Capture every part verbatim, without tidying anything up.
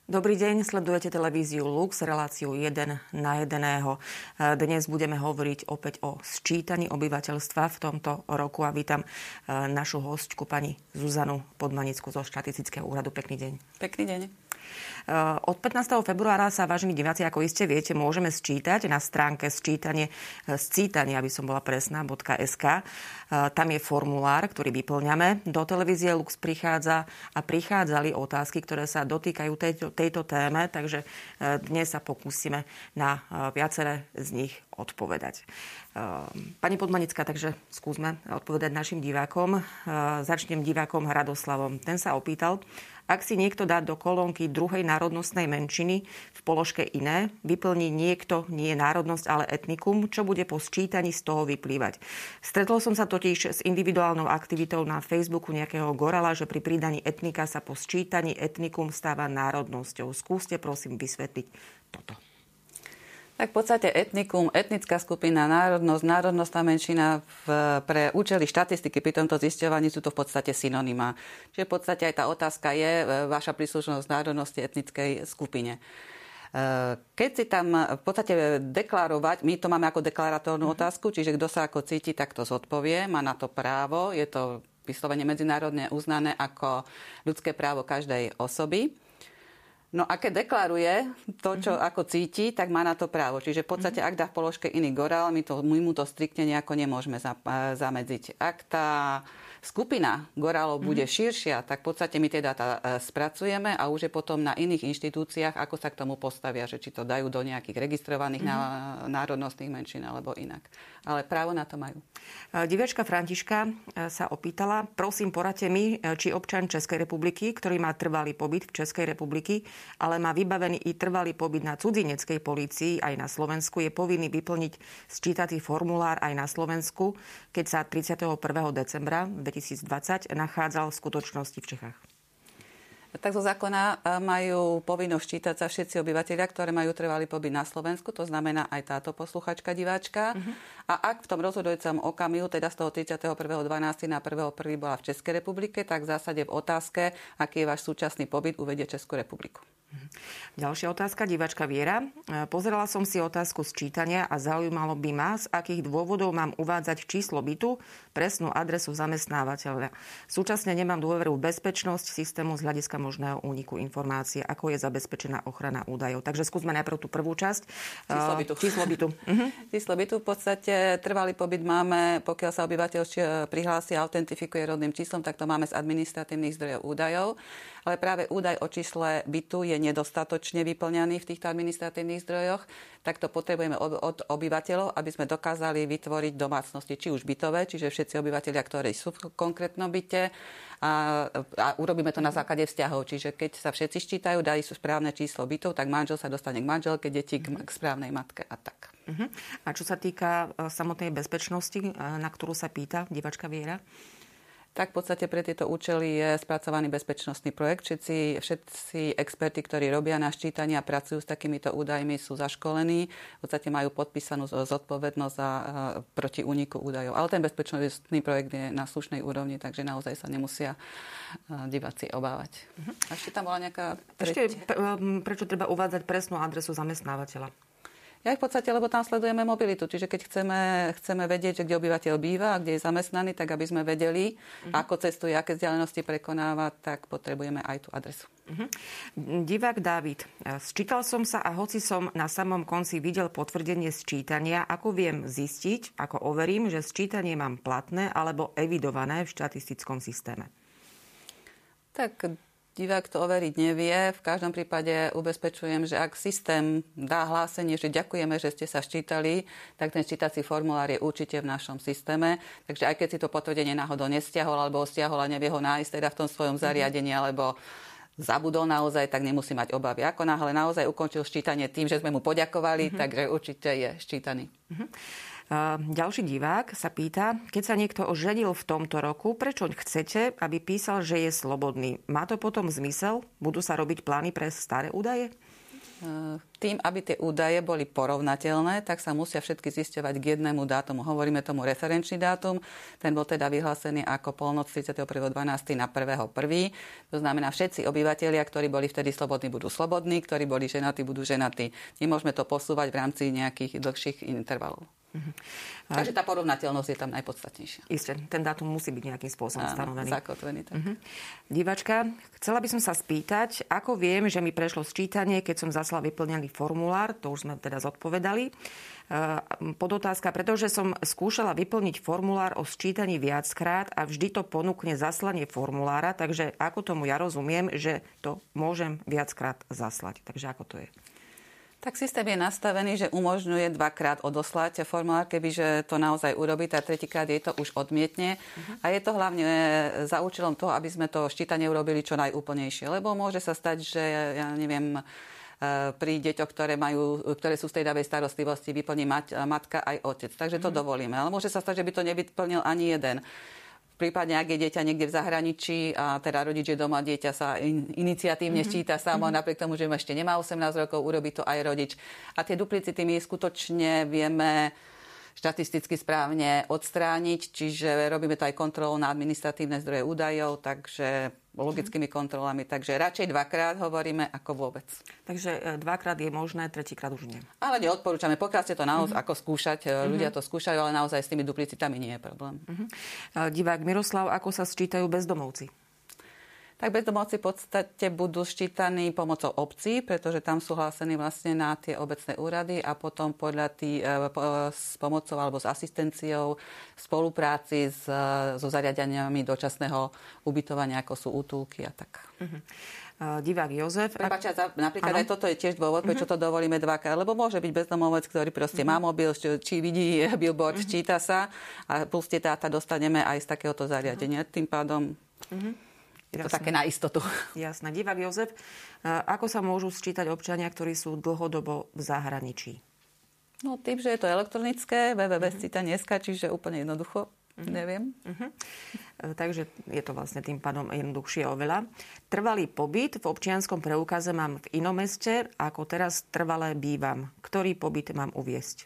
Dobrý deň, sledujete televíziu Lux, reláciu jeden na jedného. Dnes budeme hovoriť opäť o sčítaní obyvateľstva v tomto roku a vítam našu hostku, pani Zuzanu Podmanickú zo štatistického úradu. Pekný deň. Pekný deň. Od pätnásteho februára sa, vážení diváci, ako iste viete, môžeme sčítať na stránke sčítanie, scítanie, aby som bola presná, .sk. Tam je formulár, ktorý vyplňame. Do televízie Lux prichádza a prichádzali otázky, ktoré sa dotýkajú tejto, tejto téme, takže dnes sa pokúsime na viaceré z nich odpovedať. Pani Podmanická, takže skúsme odpovedať našim divákom. Začnem divákom Radoslavom. Ten sa opýtal, ak si niekto dá do kolónky druhej národnostnej menšiny v položke iné, vyplní niekto nie národnosť, ale etnikum, čo bude po sčítaní z toho vyplývať. Stretol som sa totiž s individuálnou aktivitou na Facebooku nejakého gorala, že pri pridaní etnika sa po sčítaní etnikum stáva národnosťou. Skúste prosím vysvetliť toto. Tak v podstate etnikum, etnická skupina, národnosť, národnostná menšina v, pre účely štatistiky pri tomto zisťovaní sú to v podstate synonymá. Čiže v podstate aj tá otázka je vaša príslušnosť národnosti etnickej skupine. Keď si tam v podstate deklarovať, my to máme ako deklaratórnu mm-hmm. otázku, čiže kto sa ako cíti, tak to zodpovie, má na to právo, je to vyslovene medzinárodne uznané ako ľudské právo každej osoby. No a keď deklaruje to, čo mm-hmm. ako cíti, tak má na to právo. Čiže v podstate, mm-hmm. ak dá v položke iný gorál, my, to, my mu to striktne nejako nemôžeme zamedziť. Ak tá skupina gorálov bude mm-hmm. širšia, tak v podstate my tie dáta spracujeme a už je potom na iných inštitúciách, ako sa k tomu postavia, že či to dajú do nejakých registrovaných mm-hmm. národnostných menšín alebo inak. Ale právo na to majú. Diváčka Františka sa opýtala, prosím, poradte mi, či občan Českej republiky, ktorý má trvalý pobyt v Českej republiky, ale má vybavený i trvalý pobyt na cudzineckej polícii aj na Slovensku, je povinný vyplniť sčítatý formulár aj na Slovensku, keď sa tridsiateho prvého decembra dvetisícdvadsať nachádzal v skutočnosti v Čechách. Tak zo zákona majú povinnosť čítať sa všetci obyvatelia, ktorí majú trvalý pobyt na Slovensku, to znamená aj táto posluchačka, diváčka. Uh-huh. A ak v tom rozhodujúcom okamihu, teda z toho tridsiateho prvého decembra na prvého prvého bola v Českej republike, tak v zásade v otázke, aký je váš súčasný pobyt, uvedie Českú republiku. Ďalšia otázka, diváčka Viera. Pozerala som si otázku sčítania a zaujímalo by ma, z akých dôvodov mám uvádzať číslo bytu, presnú adresu zamestnávateľa. Súčasne nemám dôveru v bezpečnosť systému z hľadiska možného úniku informácie, ako je zabezpečená ochrana údajov. Takže skúsme najprv tú prvú časť. Číslo bytu. Číslo bytu. Uh-huh. Číslo bytu v podstate trvalý pobyt máme, pokiaľ sa obyvateľ prihlási a autentifikuje rodným číslom, tak to máme z administratívnych zdrojov údajov. Ale práve údaj o čísle bytu je nedostatočne vyplňaný v týchto administratívnych zdrojoch, tak to potrebujeme od obyvateľov, aby sme dokázali vytvoriť domácnosti, či už bytové, čiže všetci obyvateľia, ktorí sú v konkrétnom byte, a, a urobíme to na základe vzťahov. Čiže keď sa všetci ščítajú, dajú správne číslo bytov, tak manžel sa dostane k manželke, deti k, k správnej matke a tak. Uh-huh. A čo sa týka samotnej bezpečnosti, na ktorú sa pýta diváčka Viera? Tak v podstate pre tieto účely je spracovaný bezpečnostný projekt. Všetci, všetci experti, ktorí robia na ščítanie a pracujú s takýmito údajmi, sú zaškolení. V podstate majú podpísanú zodpovednosť za, proti úniku údajov. Ale ten bezpečnostný projekt je na slušnej úrovni, takže naozaj sa nemusia diváci obávať. Uh-huh. A ešte tam bola nejaká tretia. Ešte prečo treba uvádzať presnú adresu zamestnávateľa? Ja v podstate, lebo tam sledujeme mobilitu. Čiže keď chceme, chceme vedieť, že kde obyvateľ býva a kde je zamestnaný, tak aby sme vedeli, uh-huh. ako cestuje, aké vzdialenosti prekonáva, tak potrebujeme aj tú adresu. Uh-huh. Divák Dávid. Sčítal som sa a hoci som na samom konci videl potvrdenie sčítania, ako viem zistiť, ako overím, že sčítanie mám platné alebo evidované v štatistickom systéme? Tak divák to overiť nevie. V každom prípade ubezpečujem, že ak systém dá hlásenie, že ďakujeme, že ste sa ščítali, tak ten ščítací formulár je určite v našom systéme. Takže aj keď si to potvrdenie náhodou nestiahol alebo ho stiahol a nevie ho nájsť teda v tom svojom zariadení alebo zabudol naozaj, tak nemusí mať obavy. Ako náhle naozaj ukončil ščítanie tým, že sme mu poďakovali, mm-hmm. takže určite je ščítaný. Mm-hmm. Ďalší divák sa pýta, keď sa niekto oženil v tomto roku, prečo chcete, aby písal, že je slobodný? Má to potom zmysel? Budú sa robiť plány pre staré údaje? Tým, aby tie údaje boli porovnateľné, tak sa musia všetky zisťovať k jednému dátumu. Hovoríme tomu referenčný dátum. Ten bol teda vyhlásený ako polnoc tridsiateho prvého decembra na prvého prvého To znamená, všetci obyvatelia, ktorí boli vtedy slobodní, budú slobodní, ktorí boli ženatí, budú ženatí. Nemôžeme to posúvať v rámci nejakých dlhších intervalov. Uh-huh. Takže tá porovnateľnosť je tam najpodstatnejšia. Isté, ten dátum musí byť nejakým spôsobom Áno, stanovený. zakotvený. Tak. Uh-huh. Diváčka, chcela by som sa spýtať, ako viem, že mi prešlo sčítanie, keď som zaslala vyplnený formulár, to už sme teda zodpovedali. Podotázka, pretože som skúšala vyplniť formulár o sčítaní viackrát a vždy to ponúkne zaslanie formulára, takže ako tomu ja rozumiem, že to môžem viackrát zaslať. Takže ako to je? Tak systém je nastavený, že umožňuje dvakrát odoslať formulár, kebyže to naozaj urobí, tak tretíkrát jej to už odmietne. Uh-huh. A je to hlavne za účelom toho, aby sme to ščítanie urobili čo najúplnejšie. Lebo môže sa stať, že ja neviem, pri deťoch, ktoré, majú, ktoré sú z tej dávej starostlivosti, vyplní mať, matka aj otec. Takže to uh-huh. dovolíme. Ale môže sa stať, že by to nevyplnil ani jeden. Prípadne, ak je dieťa niekde v zahraničí a teda rodič je doma, dieťa sa in, iniciatívne mm-hmm. ščíta samo, mm-hmm. napriek tomu, že ešte nemá osemnásť rokov, urobí to aj rodič. A tie duplicity my skutočne vieme štatisticky správne odstrániť, čiže robíme to aj kontrolu na administratívne zdroje údajov, takže logickými kontrolami, takže radšej dvakrát hovoríme ako vôbec. Takže dvakrát je možné, tretíkrát už nie. Ale neodporúčame, pokiaľ ste to naozaj mm-hmm. ako skúšať, mm-hmm. ľudia to skúšajú, ale naozaj s tými duplicitami nie je problém. Mm-hmm. Divák Miroslav, ako sa sčítajú bezdomovci? Tak bezdomovci v podstate budú ščítaní pomocou obcí, pretože tam sú hlásení vlastne na tie obecné úrady a potom podľa tý, s pomocou alebo s asistenciou v spolupráci s, so zariadeniami dočasného ubytovania, ako sú útulky a tak. Uh-huh. Divák Jozef. Prepáča, napríklad ano? Aj toto je tiež dôvod, prečo uh-huh. to dovolíme dvakrát, lebo môže byť bezdomovec, ktorý proste uh-huh. má mobil, či vidí billboard, uh-huh. číta sa a plus tie dáta dostaneme aj z takéhoto zariadenia. Uh-huh. Tým pádom... Uh-huh. Je to Jasné. také na istotu. Jasné. Divák Jozef, ako sa môžu sčítať občania, ktorí sú dlhodobo v zahraničí? No tým, že je to elektronické, w w w bodka scitanie bodka es ká, čiže úplne jednoducho, uh-huh. neviem. Uh-huh. Takže je to vlastne tým pádom jednoduchšie oveľa. Trvalý pobyt v občianskom preukaze mám v inom meste, ako teraz trvalé bývam. Ktorý pobyt mám uviesť?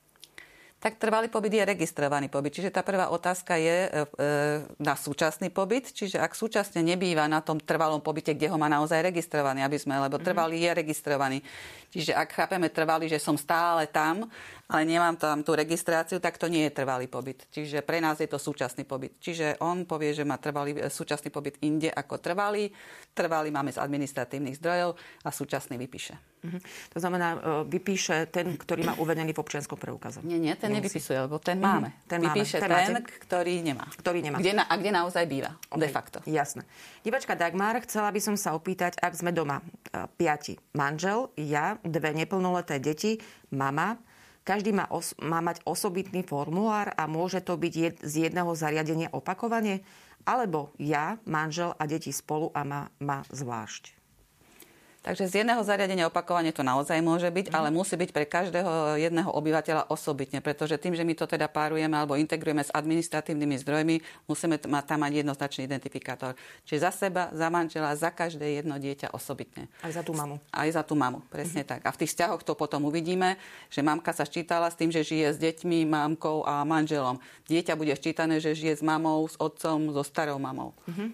Tak trvalý pobyt je registrovaný pobyt. Čiže tá prvá otázka je e, na súčasný pobyt. Čiže ak súčasne nebýva na tom trvalom pobyte, kde ho má naozaj registrovaný, aby sme, lebo trvalý je registrovaný. Čiže ak chápeme trvalý, že som stále tam, ale nemám tam tú registráciu, tak to nie je trvalý pobyt. Čiže pre nás je to súčasný pobyt. Čiže on povie, že má trvalý, súčasný pobyt inde ako trvalý. Trvalý máme z administratívnych zdrojov a súčasný vypíše. Uh-huh. To znamená, vypíše ten, ktorý má uvedený v občianskom preukaze. Nie, nie, ten Nemusí. nevypisuje, lebo ten máme. Uh-huh. Ten vypíše máme. ten, ten ktorý nemá. Ktorý nemá. Kde na, a kde naozaj býva, okay. de facto. Jasné. Divačka Dagmar, chcela by som sa opýtať, ak sme doma piati. Manžel, ja, dve neplnoleté deti, mama. Každý má, os- má mať osobitný formulár a môže to byť jed- z jedného zariadenia opakovane? Alebo ja, manžel a deti spolu a má, má zvlášť? Takže z jedného zariadenia opakovane to naozaj môže byť, mm. ale musí byť pre každého jedného obyvateľa osobitne, pretože tým, že my to teda párujeme alebo integrujeme s administratívnymi zdrojmi, musíme t- mať tam mať jednoznačný identifikátor. Čiže za seba, za manžela, za každé jedno dieťa osobitne. Aj za tú mamu. Aj za tú mamu, presne mm. tak. A v tých vzťahoch to potom uvidíme, že mamka sa ščítala s tým, že žije s deťmi, mámkou a manželom. Dieťa bude ščítané, že žije s mamou, s otcom, so starou mamou. Mm-hmm.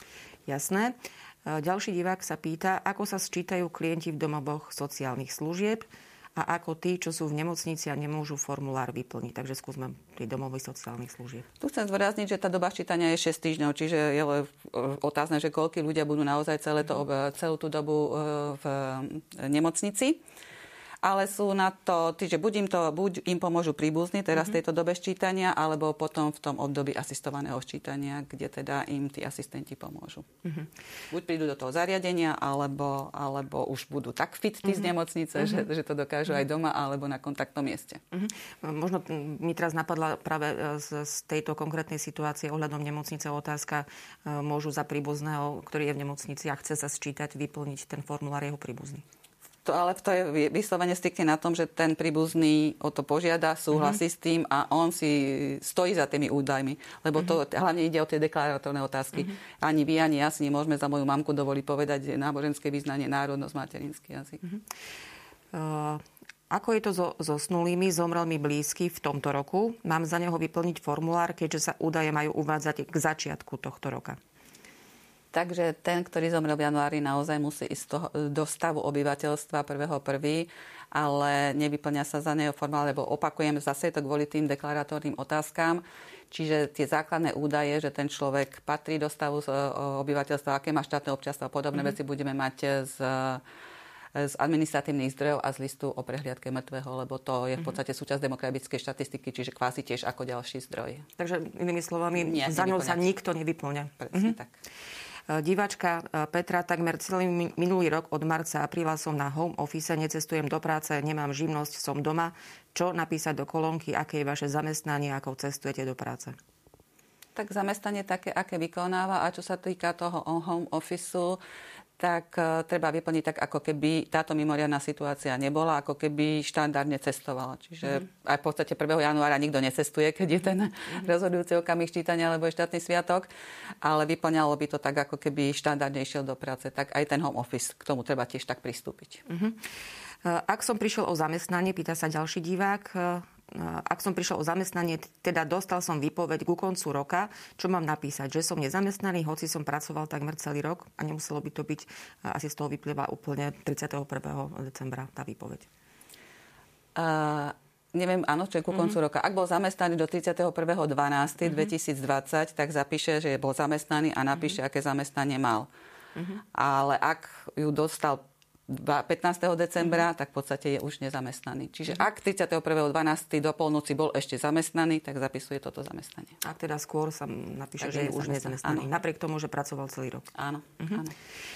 Jasné. Ďalší divák sa pýta, ako sa sčítajú klienti v domovoch sociálnych služieb a ako tí, čo sú v nemocnici a nemôžu formulár vyplniť. Takže skúsme pri domových sociálnych služieb. Tu chcem zdôrazniť, že tá doba ščítania je šesť týždňov, čiže je otázne, že koľko ľudia budú naozaj celé to, celú tú dobu v nemocnici. Ale sú na to, že buď im, to, buď im pomôžu príbuzní teraz v tejto dobe ščítania, alebo potom v tom období asistovaného ščítania, kde teda im tí asistenti pomôžu. Uh-huh. Buď prídu do toho zariadenia, alebo, alebo už budú tak fit tí uh-huh. z nemocnice, uh-huh. že, že to dokážu uh-huh. aj doma, alebo na kontaktnom mieste. Uh-huh. Možno mi teraz napadla práve z, z tejto konkrétnej situácie ohľadom nemocnice otázka, môžu za príbuzného, ktorý je v nemocnici a chce sa sčítať, vyplniť ten formulár jeho príbuzný. V To, ale to je vyslovene striktne na tom, že ten príbuzný o to požiada, súhlasí mm-hmm. s tým a on si stojí za tými údajmi. Lebo to mm-hmm. hlavne ide o tie deklaratórne otázky. Mm-hmm. Ani vy, ani ja si nemôžeme za moju mamku dovoliť povedať náboženské vyznanie, národnosť, materinský jazyk. Mm-hmm. Uh, ako je to so zosnulými, zomrel mi blízky v tomto roku? Mám za neho vyplniť formulár, keďže sa údaje majú uvádzať k začiatku tohto roka. Takže ten, ktorý zomrel v januári, naozaj musí ísť toho, do stavu obyvateľstva prvého prvý, ale nevyplňa sa za neho formálne, lebo opakujem, zase je to kvôli tým deklaratórnym otázkam. Čiže tie základné údaje, že ten človek patrí do stavu obyvateľstva, aké má štátne občianstvo a podobné mm-hmm. veci budeme mať z, z administratívnych zdrojov a z listu o prehliadke mŕtvého, lebo to je v podstate súčasť demografickej štatistiky, čiže kvázi tiež ako ďalší zdroj. Takže inými slovami, Nie, za ňou sa nikto nevyplňa. Presne mm-hmm. tak. Diváčka Petra, takmer celý minulý rok od marca, apríla som na home office, necestujem do práce, nemám živnosť, som doma. Čo napísať do kolónky, aké je vaše zamestnanie, ako cestujete do práce? Tak zamestnanie také, aké vykonáva a čo sa týka toho home officeu, tak uh, treba vyplniť tak, ako keby táto mimoriadna situácia nebola, ako keby štandardne cestovala. Čiže mm. aj v podstate prvého januára nikto necestuje, keď je ten mm. rozhodujúci okamih čítania, alebo je štátny sviatok, ale vyplňalo by to tak, ako keby štandardne išiel do práce. Tak aj ten home office, k tomu treba tiež tak pristúpiť. Mm-hmm. Ak som prišiel o zamestnanie, pýta sa ďalší divák, ak som prišiel o zamestnanie, teda dostal som výpoveď ku koncu roka, čo mám napísať? Že som nezamestnaný, hoci som pracoval takmer celý rok a nemuselo by to byť, asi z toho vyplýva úplne tridsiateho prvého decembra tá výpoveď. Uh, neviem, áno, čo je ku koncu mm-hmm. roka. Ak bol zamestnaný do tridsiateho prvého decembra dvetisícdvadsať, tak zapíše, že bol zamestnaný a napíše, mm-hmm. aké zamestnanie mal. Mm-hmm. Ale ak ju dostal pätnásteho decembra, mm-hmm. tak v podstate je už nezamestnaný. Čiže mm-hmm. ak tridsiateho prvého decembra do polnoci bol ešte zamestnaný, tak zapisuje toto zamestnanie. Ak teda skôr sa napíše, tak že je už nezamestnaný. Áno. Napriek tomu, že pracoval celý rok. Áno. Mm-hmm. áno.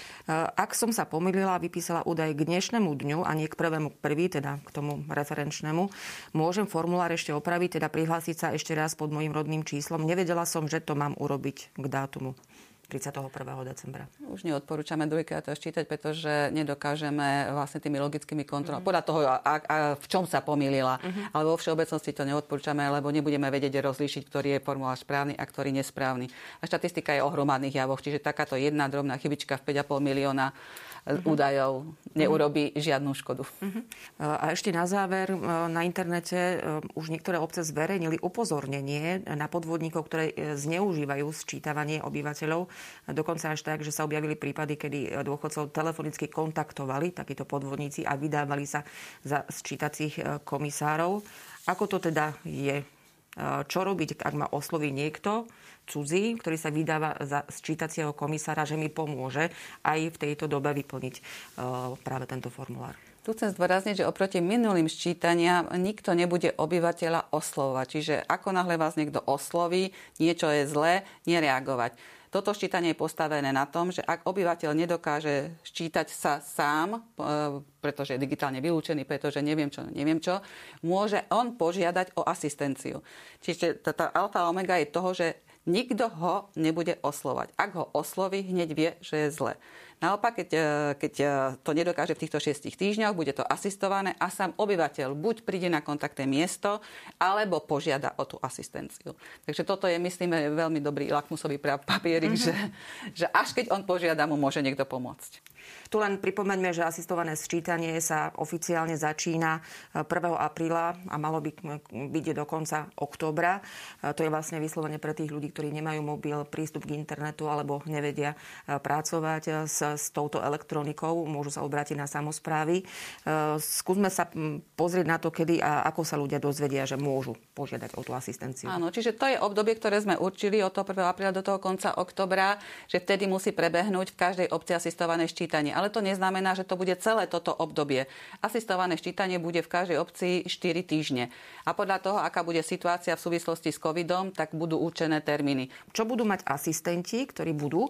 Ak som sa pomýlila a vypísala údaj k dnešnému dňu a nie k prvému prvý, teda k tomu referenčnému, môžem formulár ešte opraviť, teda prihlásiť sa ešte raz pod mojím rodným číslom. Nevedela som, že to mám urobiť k dátumu tridsiateho prvého decembra. Už neodporúčame druhýkrát to ščítať, pretože nedokážeme vlastne tými logickými kontrolami. Mm-hmm. Podľa toho, a, a v čom sa pomýlila. Mm-hmm. Ale vo všeobecnosti to neodporúčame, lebo nebudeme vedieť rozlíšiť, ktorý je formulár správny a ktorý nesprávny. A štatistika je o hromadných javoch, čiže takáto jedna drobná chybička v päť a pol milióna uh-huh. údajov neurobí uh-huh. žiadnu škodu. Uh-huh. A ešte na záver, na internete už niektoré obce zverejnili upozornenie na podvodníkov, ktoré zneužívajú sčítavanie obyvateľov. Dokonca až tak, že sa objavili prípady, kedy dôchodcov telefonicky kontaktovali takíto podvodníci a vydávali sa za sčítacích komisárov. Ako to teda je? Čo robiť, ak ma osloví niekto cudzí, ktorý sa vydáva za sčítacieho komisára, že mi pomôže aj v tejto dobe vyplniť práve tento formulár? Tu chcem zdôrazniť, že oproti minulým sčítaniam nikto nebude obyvateľa oslovovať. Čiže ako náhle vás niekto osloví, niečo je zlé, nereagovať. Toto ščítanie je postavené na tom, že ak obyvateľ nedokáže ščítať sa sám, pretože je digitálne vylúčený, pretože neviem čo, neviem čo, môže on požiadať o asistenciu. Čiže tá alfa a omega je toho, že nikto ho nebude oslovať. Ak ho osloví, hneď vie, že je zle. Naopak, keď, keď to nedokáže v týchto šiestich týždňoch, bude to asistované a sám obyvateľ buď príde na kontaktné miesto, alebo požiada o tú asistenciu. Takže toto je, myslíme, veľmi dobrý lakmusový papierik, mm-hmm. že, že až keď on požiada, mu môže niekto pomôcť. Tu len pripomeňme, že asistované sčítanie sa oficiálne začína prvého apríla a malo by byť do konca októbra. To je vlastne vyslovene pre tých ľudí, ktorí nemajú mobil, prístup k internetu alebo nevedia pracovať s, s touto elektronikou. Môžu sa obrátiť na samosprávy. Skúsme sa pozrieť na to, kedy a ako sa ľudia dozvedia, že môžu požiadať o tú asistenciu. Áno, čiže to je obdobie, ktoré sme určili od toho prvého apríla do toho konca októbra, že vtedy musí prebehnúť v každej obci asistované ščítanie. Ale to neznamená, že to bude celé toto obdobie. Asistované ščítanie bude v každej obci štyri týždne. A podľa toho, aká bude situácia v súvislosti s covidom, tak budú určené termíny. Čo budú mať asistenti, ktorí budú e,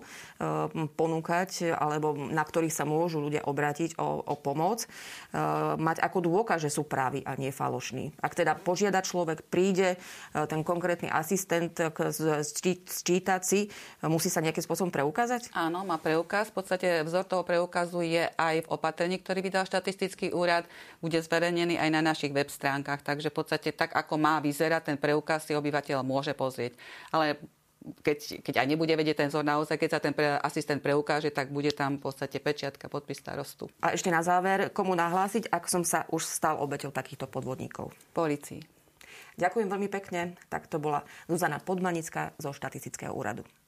ponúkať, alebo na ktorých sa môžu ľudia obrátiť o, o pomoc, e, mať ako dôkaz, že sú právi a nie falošní. Ak teda požiada človek, príde e, ten konkrétny asistent k sčítať si, musí sa nejakým spôsobom preukázať? Áno, má preukaz. V podstate vzor toho preukazu je aj v opatrení, ktorý vydal štatistický úrad, bude zverejnený aj na našich web stránkach. Takže v podstate tak, ako má vyzerať ten preukaz, si obyvateľ môže pozrieť. Ale keď, keď aj nebude vedieť ten vzor naozaj, keď sa ten pre, asistent preukáže, tak bude tam v podstate pečiatka, podpis starostu. A ešte na záver, komu nahlásiť, ak som sa už stal obeťou takýchto podvodníkov? Polícii. Ďakujem veľmi pekne. Tak to bola Zuzana Podmanická zo štatistického úradu.